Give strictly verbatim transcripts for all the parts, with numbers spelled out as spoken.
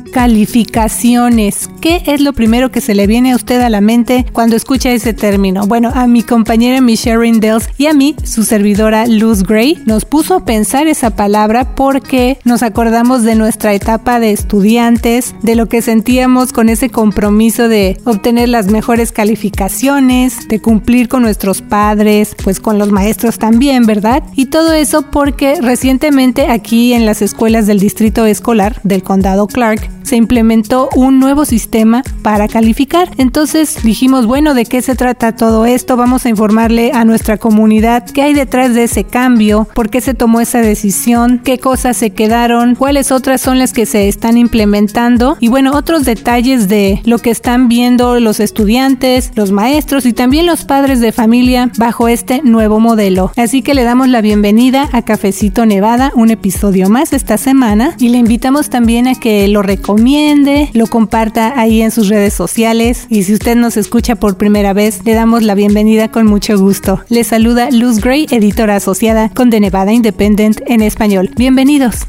Calificaciones. ¿Qué es lo primero que se le viene a usted a la mente cuando escucha ese término? Bueno, a mi compañera Michelle Rindels y a mí, su servidora Luz Gray, nos puso a pensar esa palabra porque nos acordamos de nuestra etapa de estudiantes, de lo que sentíamos con ese compromiso de obtener las mejores calificaciones, de cumplir con nuestros padres, pues con los maestros también, ¿verdad? Y todo eso porque recientemente aquí en las escuelas del distrito escolar del condado Clark se implementó un nuevo sistema para calificar. Entonces dijimos, bueno, ¿de qué se trata todo esto? Vamos a informarle a nuestra comunidad qué hay detrás de ese cambio, por qué se tomó esa decisión, qué cosas se quedaron, cuáles otras son las que se están implementando y bueno, otros detalles de lo que están viendo los estudiantes, los maestros y también los padres de familia bajo este nuevo modelo. Así que le damos la bienvenida a Cafecito Nevada, un episodio más esta semana, y le invitamos también a que lo recomiende, lo comparta ahí en sus redes sociales, y si usted nos escucha por primera vez, le damos la bienvenida con mucho gusto. Le saluda Luz Gray, editora asociada con The Nevada Independent en español. Bienvenidos.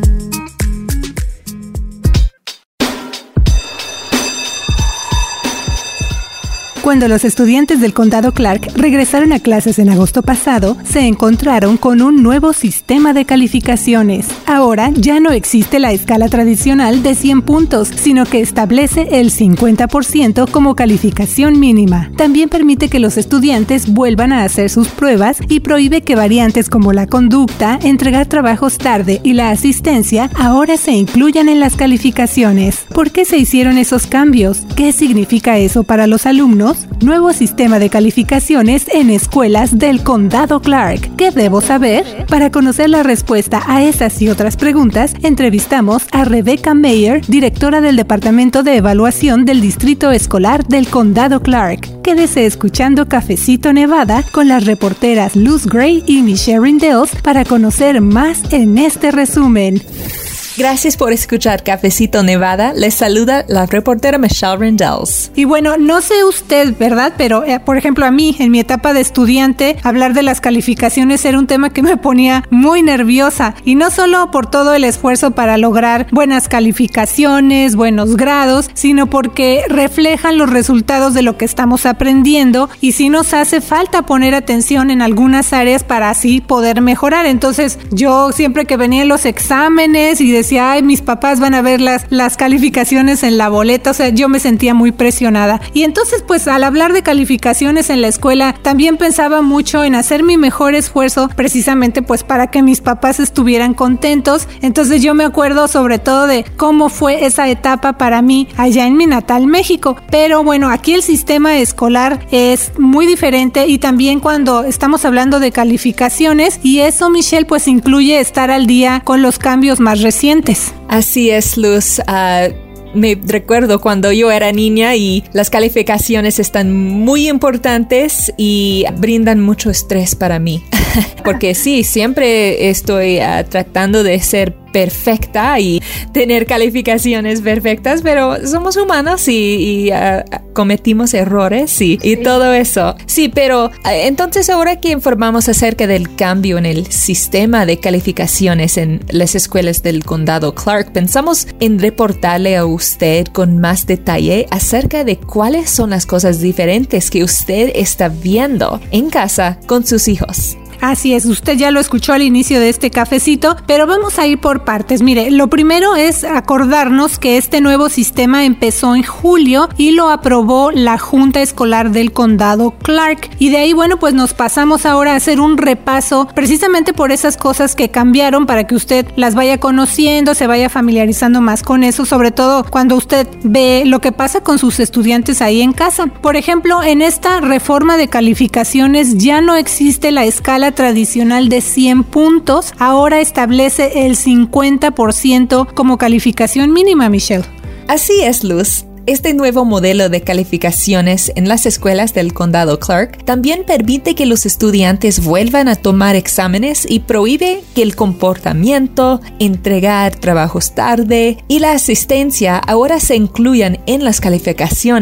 Cuando los estudiantes del condado Clark regresaron a clases en agosto pasado, se encontraron con un nuevo sistema de calificaciones. Ahora ya no existe la escala tradicional de cien puntos, sino que establece el cincuenta por ciento como calificación mínima. También permite que los estudiantes vuelvan a hacer sus pruebas y prohíbe que variantes como la conducta, entregar trabajos tarde y la asistencia ahora se incluyan en las calificaciones. ¿Por qué se hicieron esos cambios? ¿Qué significa eso para los alumnos? Nuevo sistema de calificaciones en escuelas del condado Clark. ¿Qué debo saber? Para conocer la respuesta a esas y otras preguntas, entrevistamos a Rebecca Mayer, directora del Departamento de Evaluación del Distrito Escolar del condado Clark. Quédese escuchando Cafecito Nevada con las reporteras Luz Gray y Michelle Rindels para conocer más en este resumen. Gracias por escuchar Cafecito Nevada. Les saluda la reportera Michelle Rindels. Y bueno, no sé usted, ¿verdad? Pero, eh, por ejemplo, a mí, en mi etapa de estudiante, hablar de las calificaciones era un tema que me ponía muy nerviosa. Y no solo por todo el esfuerzo para lograr buenas calificaciones, buenos grados, sino porque reflejan los resultados de lo que estamos aprendiendo y sí nos hace falta poner atención en algunas áreas para así poder mejorar. Entonces, yo siempre que venía en los exámenes y de decía, ay, mis papás van a ver las, las calificaciones en la boleta, o sea, yo me sentía muy presionada. Y entonces, pues, al hablar de calificaciones en la escuela, también pensaba mucho en hacer mi mejor esfuerzo, precisamente, pues, para que mis papás estuvieran contentos. Entonces, yo me acuerdo sobre todo de cómo fue esa etapa para mí allá en mi natal México. Pero, bueno, aquí el sistema escolar es muy diferente y también cuando estamos hablando de calificaciones, y eso, Michelle, pues, incluye estar al día con los cambios más recientes. Así es, Luz. Uh, me recuerdo cuando yo era niña y las calificaciones están muy importantes y brindan mucho estrés para mí. Porque sí, siempre estoy uh, tratando de ser perfecta y tener calificaciones perfectas, pero somos humanos y, y uh, cometimos errores y, y todo eso. Sí, pero uh, entonces ahora que informamos acerca del cambio en el sistema de calificaciones en las escuelas del condado Clark, pensamos en reportarle a usted con más detalle acerca de cuáles son las cosas diferentes que usted está viendo en casa con sus hijos. Así es, usted ya lo escuchó al inicio de este cafecito, pero vamos a ir por partes. Mire, lo primero es acordarnos que este nuevo sistema empezó en julio y lo aprobó la Junta Escolar del Condado Clark. Y de ahí, bueno, pues nos pasamos ahora a hacer un repaso precisamente por esas cosas que cambiaron para que usted las vaya conociendo, se vaya familiarizando más con eso, sobre todo cuando usted ve lo que pasa con sus estudiantes ahí en casa. Por ejemplo, en esta reforma de calificaciones ya no existe la escala tradicional de cien puntos, ahora establece el cincuenta por ciento como calificación mínima, Michelle. Así es, Luz. Este nuevo modelo de calificaciones en las escuelas del condado Clark también permite que los estudiantes vuelvan a tomar exámenes y prohíbe que el comportamiento, entregar trabajos tarde y la asistencia ahora se incluyan en las calificaciones.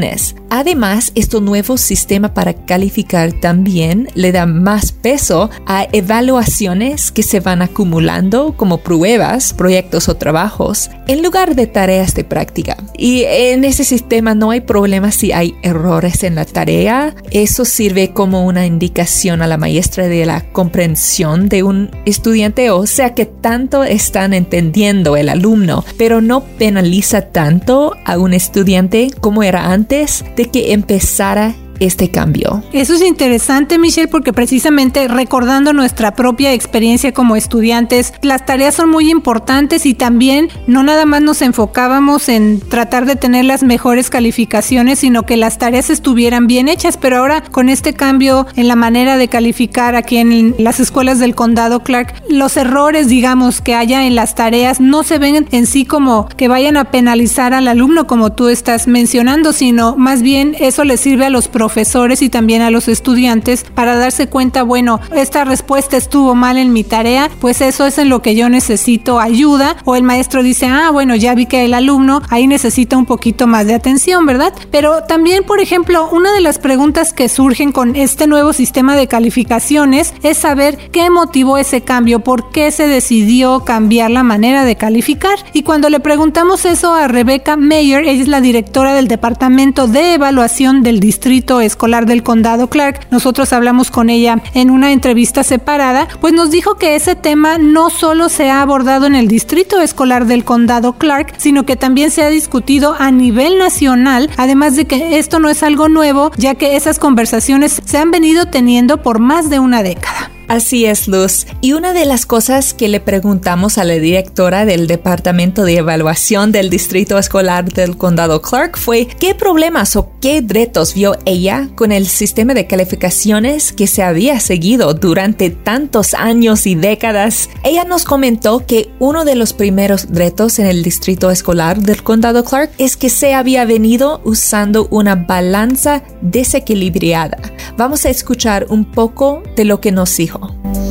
Además, este nuevo sistema para calificar también le da más peso a evaluaciones que se van acumulando como pruebas, proyectos o trabajos, en lugar de tareas de práctica. Y en ese sistema no hay problema si hay errores en la tarea. Eso sirve como una indicación a la maestra de la comprensión de un estudiante, o sea que tanto están entendiendo el alumno, pero no penaliza tanto a un estudiante como era antes de que empezara este cambio. Eso es interesante, Michelle, porque precisamente recordando nuestra propia experiencia como estudiantes, las tareas son muy importantes y también no nada más nos enfocábamos en tratar de tener las mejores calificaciones, sino que las tareas estuvieran bien hechas, pero ahora con este cambio en la manera de calificar aquí en las escuelas del condado Clark, los errores, digamos, que haya en las tareas no se ven en sí como que vayan a penalizar al alumno como tú estás mencionando, sino más bien eso le sirve a los profesores profesores y también a los estudiantes para darse cuenta, bueno, esta respuesta estuvo mal en mi tarea, pues eso es en lo que yo necesito ayuda, o el maestro dice, ah, bueno, ya vi que el alumno ahí necesita un poquito más de atención, ¿verdad? Pero también, por ejemplo, una de las preguntas que surgen con este nuevo sistema de calificaciones es saber qué motivó ese cambio, por qué se decidió cambiar la manera de calificar. Y cuando le preguntamos eso a Rebecca Mayer, ella es la directora del Departamento de Evaluación del Distrito Escolar del Condado Clark, nosotros hablamos con ella en una entrevista separada, pues nos dijo que ese tema no solo se ha abordado en el Distrito Escolar del Condado Clark, sino que también se ha discutido a nivel nacional, además de que esto no es algo nuevo, ya que esas conversaciones se han venido teniendo por más de una década. Así es, Luz. Y una de las cosas que le preguntamos a la directora del Departamento de Evaluación del Distrito Escolar del Condado Clark fue qué problemas o qué retos vio ella con el sistema de calificaciones que se había seguido durante tantos años y décadas. Ella nos comentó que uno de los primeros retos en el Distrito Escolar del Condado Clark es que se había venido usando una balanza desequilibrada. Vamos a escuchar un poco de lo que nos dijo.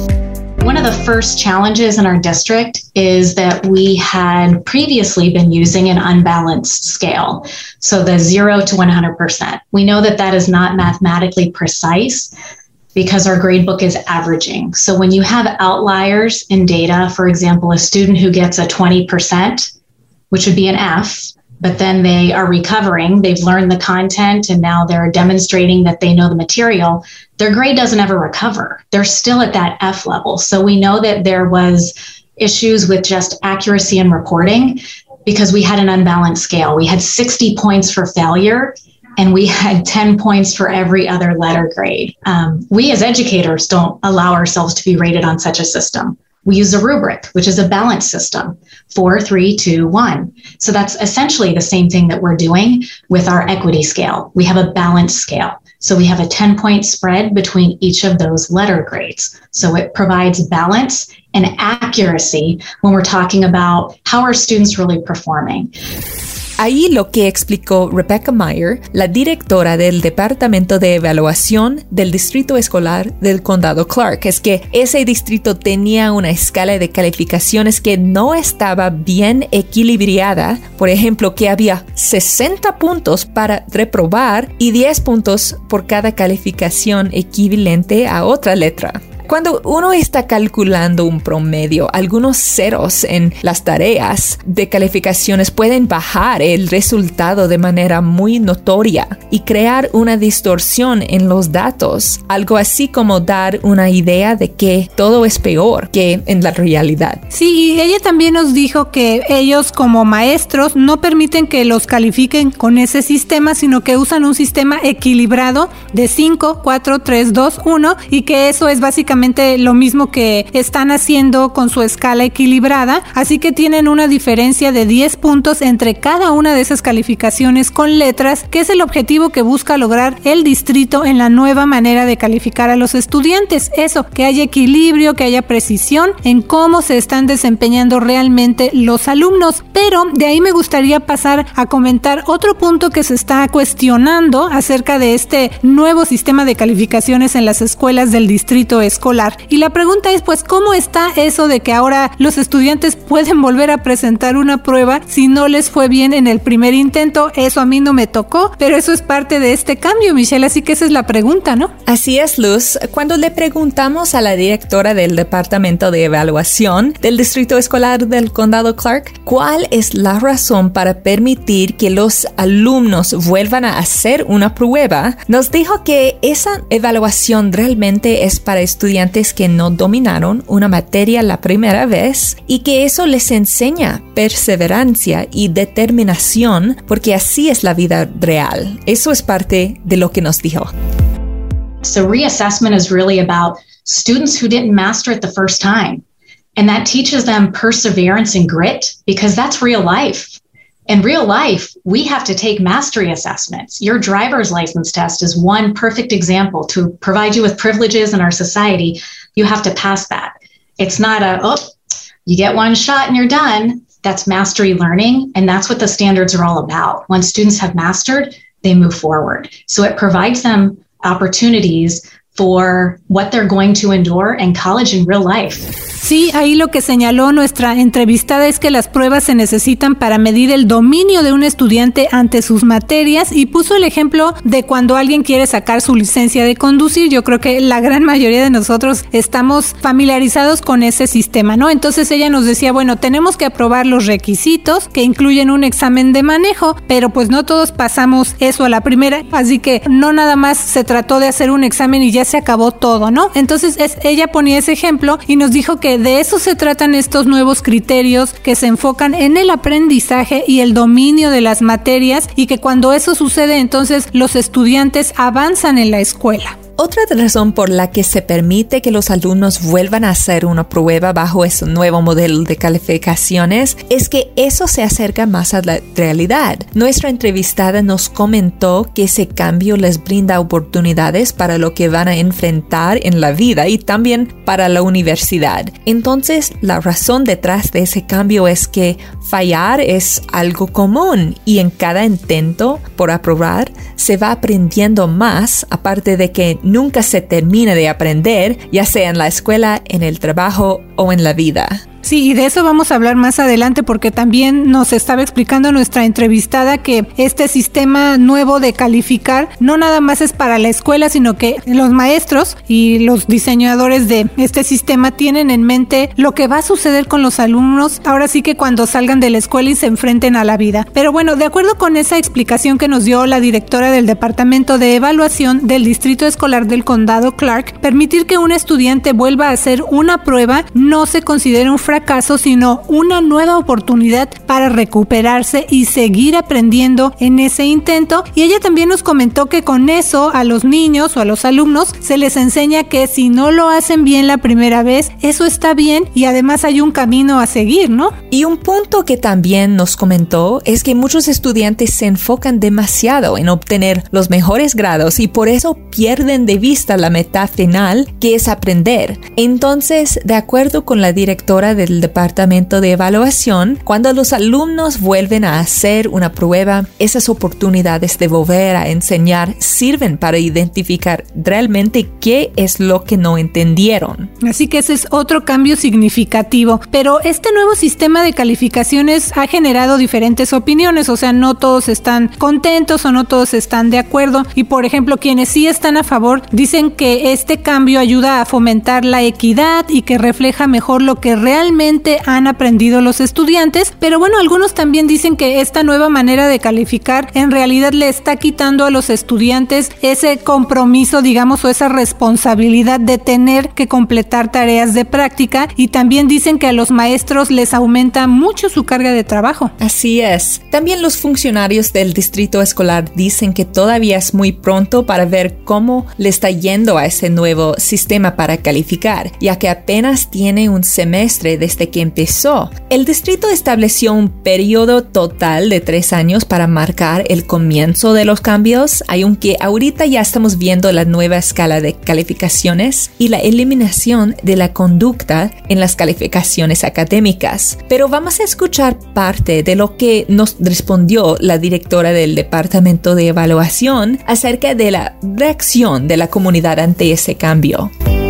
One of the first challenges in our district is that we had previously been using an unbalanced scale, so the zero to one hundred percent. We know that that is not mathematically precise because our gradebook is averaging. So when you have outliers in data, for example, a student who gets a twenty percent, which would be an F, but then they are recovering, they've learned the content, and now they're demonstrating that they know the material, their grade doesn't ever recover. They're still at that F level. So we know that there was issues with just accuracy and reporting because we had an unbalanced scale. We had sixty points for failure, and we had ten points for every other letter grade. Um, we as educators don't allow ourselves to be rated on such a system. We use a rubric, which is a balanced system, four, three, two, one. So that's essentially the same thing that we're doing with our equity scale. We have a balanced scale. So we have a ten-point spread between each of those letter grades. So it provides balance and accuracy when we're talking about how are students really performing. Ahí lo que explicó Rebecca Mayer, la directora del Departamento de Evaluación del Distrito Escolar del Condado Clark, es que ese distrito tenía una escala de calificaciones que no estaba bien equilibrada. Por ejemplo, que había sesenta puntos para reprobar y diez puntos por cada calificación equivalente a otra letra. Cuando uno está calculando un promedio, algunos ceros en las tareas de calificaciones pueden bajar el resultado de manera muy notoria y crear una distorsión en los datos, algo así como dar una idea de que todo es peor que en la realidad. Sí, y ella también nos dijo que ellos como maestros no permiten que los califiquen con ese sistema, sino que usan un sistema equilibrado de cinco, cuatro, tres, dos, uno y que eso es básicamente lo mismo que están haciendo con su escala equilibrada, así que tienen una diferencia de diez puntos entre cada una de esas calificaciones con letras, que es el objetivo que busca lograr el distrito en la nueva manera de calificar a los estudiantes. Eso, que haya equilibrio, que haya precisión en cómo se están desempeñando realmente los alumnos. Pero de ahí me gustaría pasar a comentar otro punto que se está cuestionando acerca de este nuevo sistema de calificaciones en las escuelas del distrito escolar. escolar. Y la pregunta es, pues, ¿cómo está eso de que ahora los estudiantes pueden volver a presentar una prueba si no les fue bien en el primer intento? Eso a mí no me tocó, pero eso es parte de este cambio, Michelle, así que esa es la pregunta, ¿no? Así es, Luz. Cuando le preguntamos a la directora del Departamento de Evaluación del Distrito Escolar del Condado Clark cuál es la razón para permitir que los alumnos vuelvan a hacer una prueba, nos dijo que esa evaluación realmente es para estudiantes que no dominaron una materia la primera vez y que eso les enseña perseverancia y determinación, porque así es la vida real. Eso es parte de lo que nos dijo. So reassessment is really about students who didn't master it the first time. And that teaches them perseverance and grit, because that's real life. In real life, we have to take mastery assessments. Your driver's license test is one perfect example. To provide you with privileges in our society, you have to pass that. It's not a, oh, you get one shot and you're done. That's mastery learning, and that's what the standards are all about. Once students have mastered, they move forward. So it provides them opportunities for what they're going to endure in college in real life. Sí, ahí lo que señaló nuestra entrevistada es que las pruebas se necesitan para medir el dominio de un estudiante ante sus materias, y puso el ejemplo de cuando alguien quiere sacar su licencia de conducir. Yo creo que la gran mayoría de nosotros estamos familiarizados con ese sistema, ¿no? Entonces ella nos decía, bueno, tenemos que aprobar los requisitos que incluyen un examen de manejo, pero pues no todos pasamos eso a la primera, así que no nada más se trató de hacer un examen y ya se acabó todo, ¿no? Entonces es, ella ponía ese ejemplo y nos dijo que de eso se tratan estos nuevos criterios que se enfocan en el aprendizaje y el dominio de las materias, y que cuando eso sucede, entonces los estudiantes avanzan en la escuela. Otra razón por la que se permite que los alumnos vuelvan a hacer una prueba bajo ese nuevo modelo de calificaciones es que eso se acerca más a la realidad. Nuestra entrevistada nos comentó que ese cambio les brinda oportunidades para lo que van a enfrentar en la vida y también para la universidad. Entonces, la razón detrás de ese cambio es que fallar es algo común, y en cada intento por aprobar se va aprendiendo más, aparte de que nunca se termina de aprender, ya sea en la escuela, en el trabajo o en la vida. Sí, y de eso vamos a hablar más adelante, porque también nos estaba explicando nuestra entrevistada que este sistema nuevo de calificar no nada más es para la escuela, sino que los maestros y los diseñadores de este sistema tienen en mente lo que va a suceder con los alumnos ahora sí que cuando salgan de la escuela y se enfrenten a la vida. Pero bueno, de acuerdo con esa explicación que nos dio la directora del Departamento de Evaluación del Distrito Escolar del Condado Clark, permitir que un estudiante vuelva a hacer una prueba no se considera un fracaso, sino una nueva oportunidad para recuperarse y seguir aprendiendo en ese intento. Y ella también nos comentó que con eso a los niños o a los alumnos se les enseña que si no lo hacen bien la primera vez, eso está bien, y además hay un camino a seguir, ¿no? Y un punto que también nos comentó es que muchos estudiantes se enfocan demasiado en obtener los mejores grados y por eso pierden de vista la meta final, que es aprender. Entonces, de acuerdo con la directora del Departamento de Evaluación, cuando los alumnos vuelven a hacer una prueba, esas oportunidades de volver a enseñar sirven para identificar realmente qué es lo que no entendieron. Así que ese es otro cambio significativo. Pero este nuevo sistema de calificaciones ha generado diferentes opiniones, o sea, no todos están contentos o no todos están de acuerdo. Y por ejemplo, quienes sí están a favor dicen que este cambio ayuda a fomentar la equidad y que refleja mejor lo que realmente han aprendido los estudiantes. Pero bueno, algunos también dicen que esta nueva manera de calificar en realidad le está quitando a los estudiantes ese compromiso, digamos, o esa responsabilidad de tener que completar tareas de práctica, y también dicen que a los maestros les aumenta mucho su carga de trabajo. Así es. También los funcionarios del distrito escolar dicen que todavía es muy pronto para ver cómo le está yendo a ese nuevo sistema para calificar, ya que apenas tiene un semestre desde que empezó. El distrito estableció un periodo total de tres años para marcar el comienzo de los cambios, aunque ahorita ya estamos viendo la nueva escala de calificaciones y la eliminación de la conducta en las calificaciones académicas. Pero vamos a escuchar parte de lo que nos respondió la directora del Departamento de Evaluación acerca de la reacción de la comunidad ante ese cambio.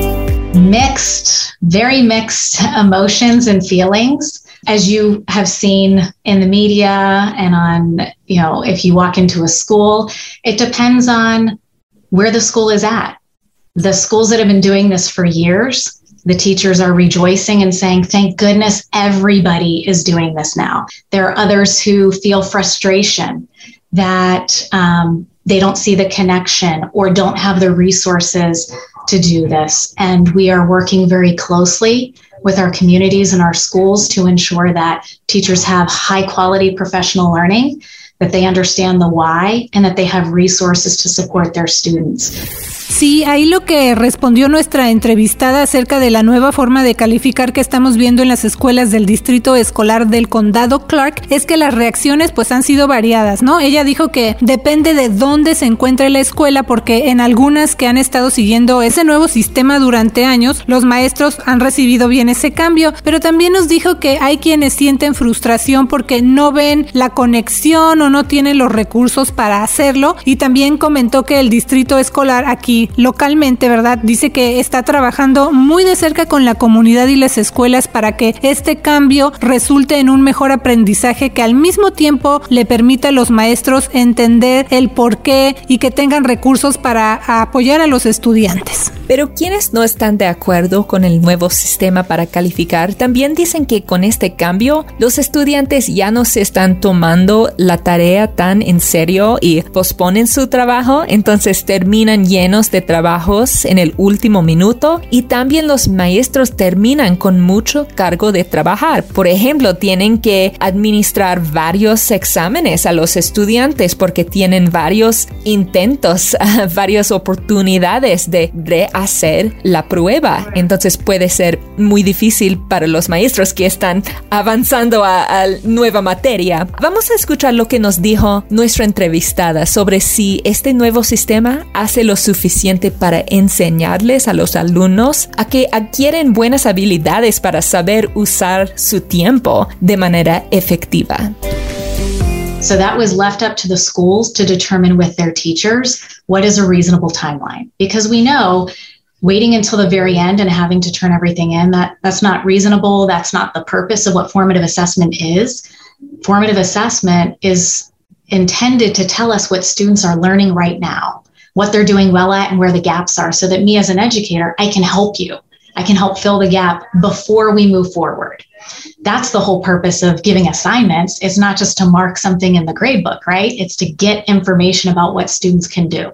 mixed, very mixed emotions and feelings. As you have seen in the media and on, you know, if you walk into a school, it depends on where the school is at. The schools that have been doing this for years, the teachers are rejoicing and saying, thank goodness everybody is doing this now. There are others who feel frustration that um, they don't see the connection or don't have the resources to do this. And we are working very closely with our communities and our schools to ensure that teachers have high quality professional learning, that they understand the why, and that they have resources to support their students. Sí, ahí lo que respondió nuestra entrevistada acerca de la nueva forma de calificar que estamos viendo en las escuelas del Distrito Escolar del Condado Clark es que las reacciones pues han sido variadas, ¿no? Ella dijo que depende de dónde se encuentre la escuela, porque en algunas que han estado siguiendo ese nuevo sistema durante años, los maestros han recibido bien ese cambio, pero también nos dijo que hay quienes sienten frustración porque no ven la conexión o no tienen los recursos para hacerlo, y también comentó que el Distrito Escolar aquí localmente, ¿verdad? Dice que está trabajando muy de cerca con la comunidad y las escuelas para que este cambio resulte en un mejor aprendizaje que al mismo tiempo le permita a los maestros entender el por qué y que tengan recursos para apoyar a los estudiantes. Pero quienes no están de acuerdo con el nuevo sistema para calificar también dicen que con este cambio los estudiantes ya no se están tomando la tarea tan en serio y posponen su trabajo, entonces terminan llenos de trabajos en el último minuto, y también los maestros terminan con mucho cargo de trabajar. Por ejemplo, tienen que administrar varios exámenes a los estudiantes porque tienen varios intentos, varias oportunidades de rehacer la prueba. Entonces puede ser muy difícil para los maestros que están avanzando a, a nueva materia. Vamos a escuchar lo que nos dijo nuestra entrevistada sobre si este nuevo sistema hace lo suficiente para enseñarles a los alumnos a que adquieren buenas habilidades para saber usar su tiempo de manera efectiva. So that was left up to the schools to determine with their teachers what is a reasonable timeline. Because we know waiting until the very end and having to turn everything in, that, that's not reasonable. That's not the purpose of what formative assessment is. Formative assessment is intended to tell us what students are learning right now, what they're doing well at and where the gaps are, so that me as an educator, I can help you. I can help fill the gap before we move forward. That's the whole purpose of giving assignments. It's not just to mark something in the grade book, right? It's to get information about what students can do.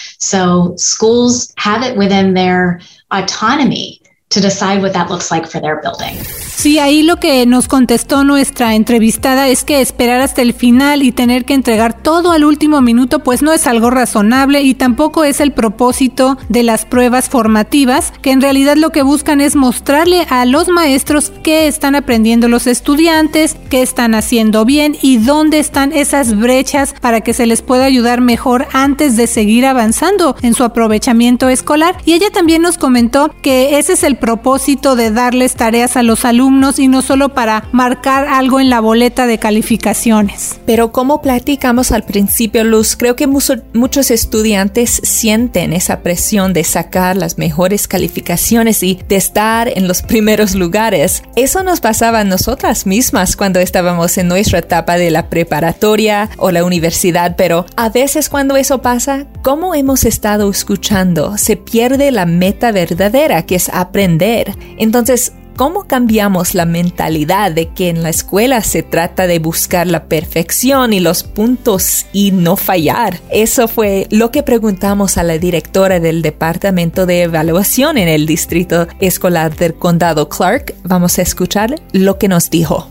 So schools have it within their autonomy to decide what that looks like for their building. Sí, ahí lo que nos contestó nuestra entrevistada es que esperar hasta el final y tener que entregar todo al último minuto pues no es algo razonable, y tampoco es el propósito de las pruebas formativas, que en realidad lo que buscan es mostrarle a los maestros qué están aprendiendo los estudiantes, qué están haciendo bien y dónde están esas brechas para que se les pueda ayudar mejor antes de seguir avanzando en su aprovechamiento escolar. Y ella también nos comentó que ese es el propósito de darles tareas a los alumnos y no solo para marcar algo en la boleta de calificaciones. Pero como platicamos al principio, Luz, creo que mucho, muchos estudiantes sienten esa presión de sacar las mejores calificaciones y de estar en los primeros lugares. Eso nos pasaba a nosotras mismas cuando estábamos en nuestra etapa de la preparatoria o la universidad, pero a veces cuando eso pasa, como hemos estado escuchando, se pierde la meta verdadera, que es aprender. Entonces, ¿cómo cambiamos la mentalidad de que en la escuela se trata de buscar la perfección y los puntos y no fallar? Eso fue lo que preguntamos a la directora del Departamento de Evaluación en el Distrito Escolar del Condado Clark. Vamos a escuchar lo que nos dijo.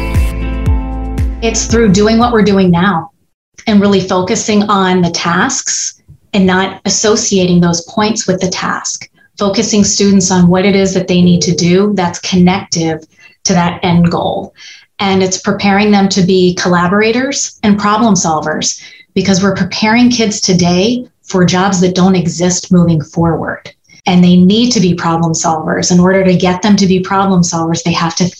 It's through doing what we're doing now and really focusing on the tasks and not associating those points with the task. Focusing students on what it is that they need to do that's connective to that end goal. And it's preparing them to be collaborators and problem solvers, because we're preparing kids today for jobs that don't exist moving forward. And they need to be problem solvers. In order to get them to be problem solvers, they have to think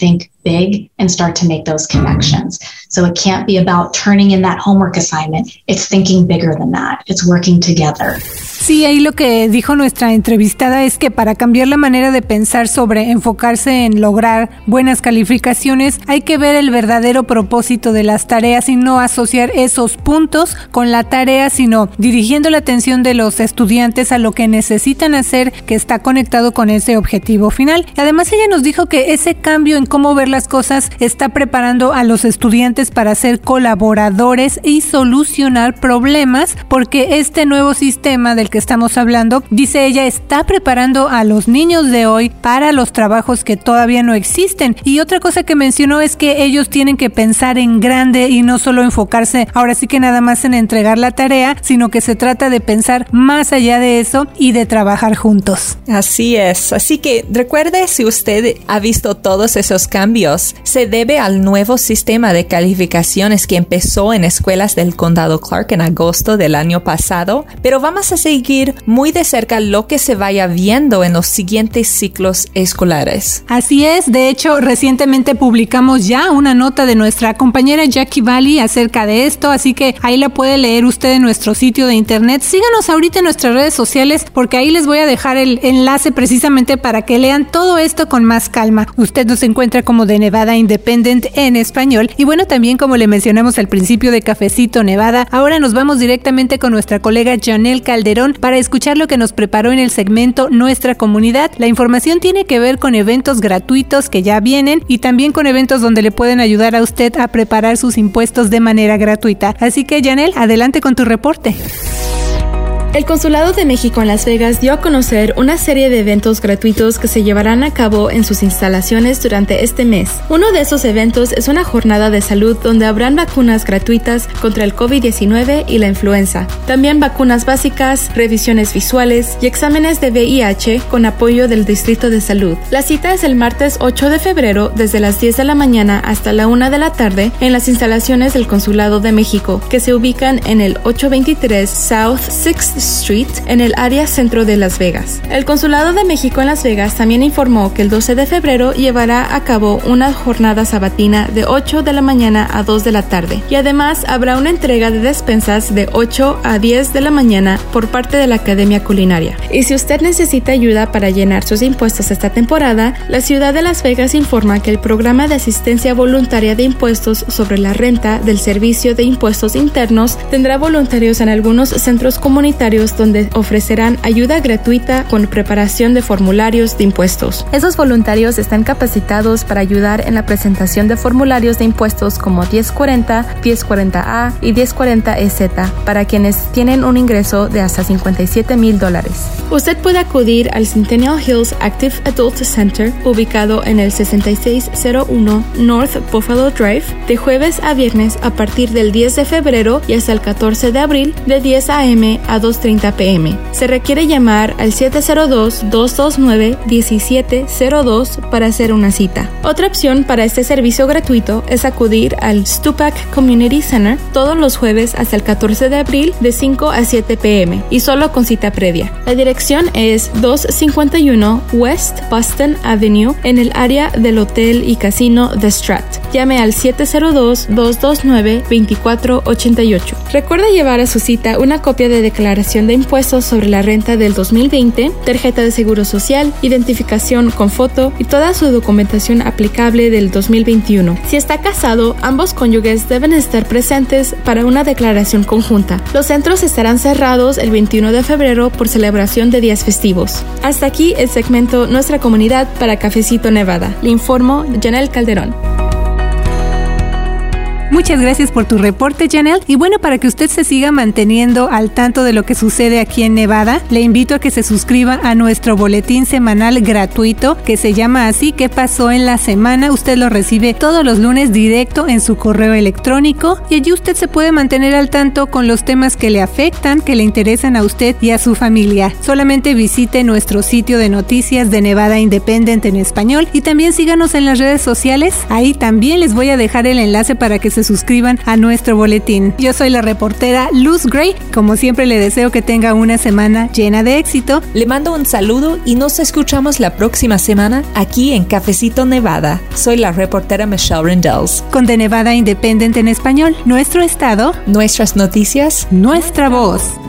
big and start to make those connections. So it can't be about turning in that homework assignment. It's thinking bigger than that. It's working together. Sí, ahí lo que dijo nuestra entrevistada es que para cambiar la manera de pensar sobre enfocarse en lograr buenas calificaciones, hay que ver el verdadero propósito de las tareas y no asociar esos puntos con la tarea, sino dirigiendo la atención de los estudiantes a lo que necesitan hacer, que está conectado con ese objetivo final. Además, ella nos dijo que ese cambio en cómo ver las cosas está preparando a los estudiantes para ser colaboradores y solucionar problemas, porque este nuevo sistema del que estamos hablando, dice ella, está preparando a los niños de hoy para los trabajos que todavía no existen. Y otra cosa que mencionó es que ellos tienen que pensar en grande y no solo enfocarse ahora sí que nada más en entregar la tarea, sino que se trata de pensar más allá de eso y de trabajar juntos. Así es. Así que recuerde, si usted ha visto todos esos cambios, se debe al nuevo sistema de calificaciones que empezó en escuelas del condado Clark en agosto del año pasado, pero vamos a seguir muy de cerca lo que se vaya viendo en los siguientes ciclos escolares. Así es, de hecho, recientemente publicamos ya una nota de nuestra compañera Jackie Valley acerca de esto, así que ahí la puede leer usted en nuestro sitio de internet. Síganos ahorita en nuestras redes sociales porque ahí les voy a dejar el enlace precisamente para que lean todo esto con más calma. Usted nos encuentra como de Nevada Independent en español y bueno, también como le mencionamos al principio de Cafecito Nevada, ahora nos vamos directamente con nuestra colega Janelle Calderón para escuchar lo que nos preparó en el segmento Nuestra Comunidad. La información tiene que ver con eventos gratuitos que ya vienen y también con eventos donde le pueden ayudar a usted a preparar sus impuestos de manera gratuita. Así que, Janelle, adelante con tu reporte. El Consulado de México en Las Vegas dio a conocer una serie de eventos gratuitos que se llevarán a cabo en sus instalaciones durante este mes. Uno de esos eventos es una jornada de salud donde habrán vacunas gratuitas contra el COVID diecinueve y la influenza. También vacunas básicas, revisiones visuales y exámenes de V I H con apoyo del Distrito de Salud. La cita es el martes ocho de febrero desde las diez de la mañana hasta la una de la tarde en las instalaciones del Consulado de México, que se ubican en el ochocientos veintitrés South sixth Street en el área centro de Las Vegas. El Consulado de México en Las Vegas también informó que el doce de febrero llevará a cabo una jornada sabatina de ocho de la mañana a dos de la tarde y además habrá una entrega de despensas de ocho a diez de la mañana por parte de la Academia Culinaria. Y si usted necesita ayuda para llenar sus impuestos esta temporada, la ciudad de Las Vegas informa que el programa de asistencia voluntaria de impuestos sobre la renta del Servicio de Impuestos Internos tendrá voluntarios en algunos centros comunitarios donde ofrecerán ayuda gratuita con preparación de formularios de impuestos. Esos voluntarios están capacitados para ayudar en la presentación de formularios de impuestos como diez cuarenta, diez cuarenta A y diez cuarenta E Z para quienes tienen un ingreso de hasta cincuenta y siete mil dólares. Usted puede acudir al Centennial Hills Active Adult Center, ubicado en el sesenta y seis cero uno North Buffalo Drive, de jueves a viernes a partir del diez de febrero y hasta el catorce de abril de diez a eme a dos treinta pe eme. Se requiere llamar al siete cero dos, dos dos nueve, uno siete cero dos para hacer una cita. Otra opción para este servicio gratuito es acudir al Stupak Community Center todos los jueves hasta el catorce de abril de cinco a siete pe eme y solo con cita previa. La dirección es doscientos cincuenta y uno West Boston Avenue en el área del Hotel y Casino The Strat. Llame al siete cero dos, dos dos nueve, dos cuatro ocho ocho. Recuerda llevar a su cita una copia de declaración de impuestos sobre la renta del dos mil veinte, tarjeta de seguro social, identificación con foto y toda su documentación aplicable del dos mil veintiuno. Si está casado, ambos cónyuges deben estar presentes para una declaración conjunta. Los centros estarán cerrados el veintiuno de febrero por celebración de días festivos. Hasta aquí el segmento Nuestra Comunidad para Cafecito Nevada. Le informo Janelle Calderón. Muchas gracias por tu reporte, Janelle. Y bueno, para que usted se siga manteniendo al tanto de lo que sucede aquí en Nevada, le invito a que se suscriba a nuestro boletín semanal gratuito que se llama así, ¿Qué pasó en la semana? Usted lo recibe todos los lunes directo en su correo electrónico y allí usted se puede mantener al tanto con los temas que le afectan, que le interesan a usted y a su familia. Solamente visite nuestro sitio de noticias de Nevada Independent en español y también síganos en las redes sociales. Ahí también les voy a dejar el enlace para que se se suscriban a nuestro boletín. Yo soy la reportera Luz Gray. Como siempre, le deseo que tenga una semana llena de éxito. Le mando un saludo y nos escuchamos la próxima semana aquí en Cafecito Nevada. Soy la reportera Michelle Rindels. Con The Nevada Independent en español, nuestro estado, nuestras noticias, nuestra voz.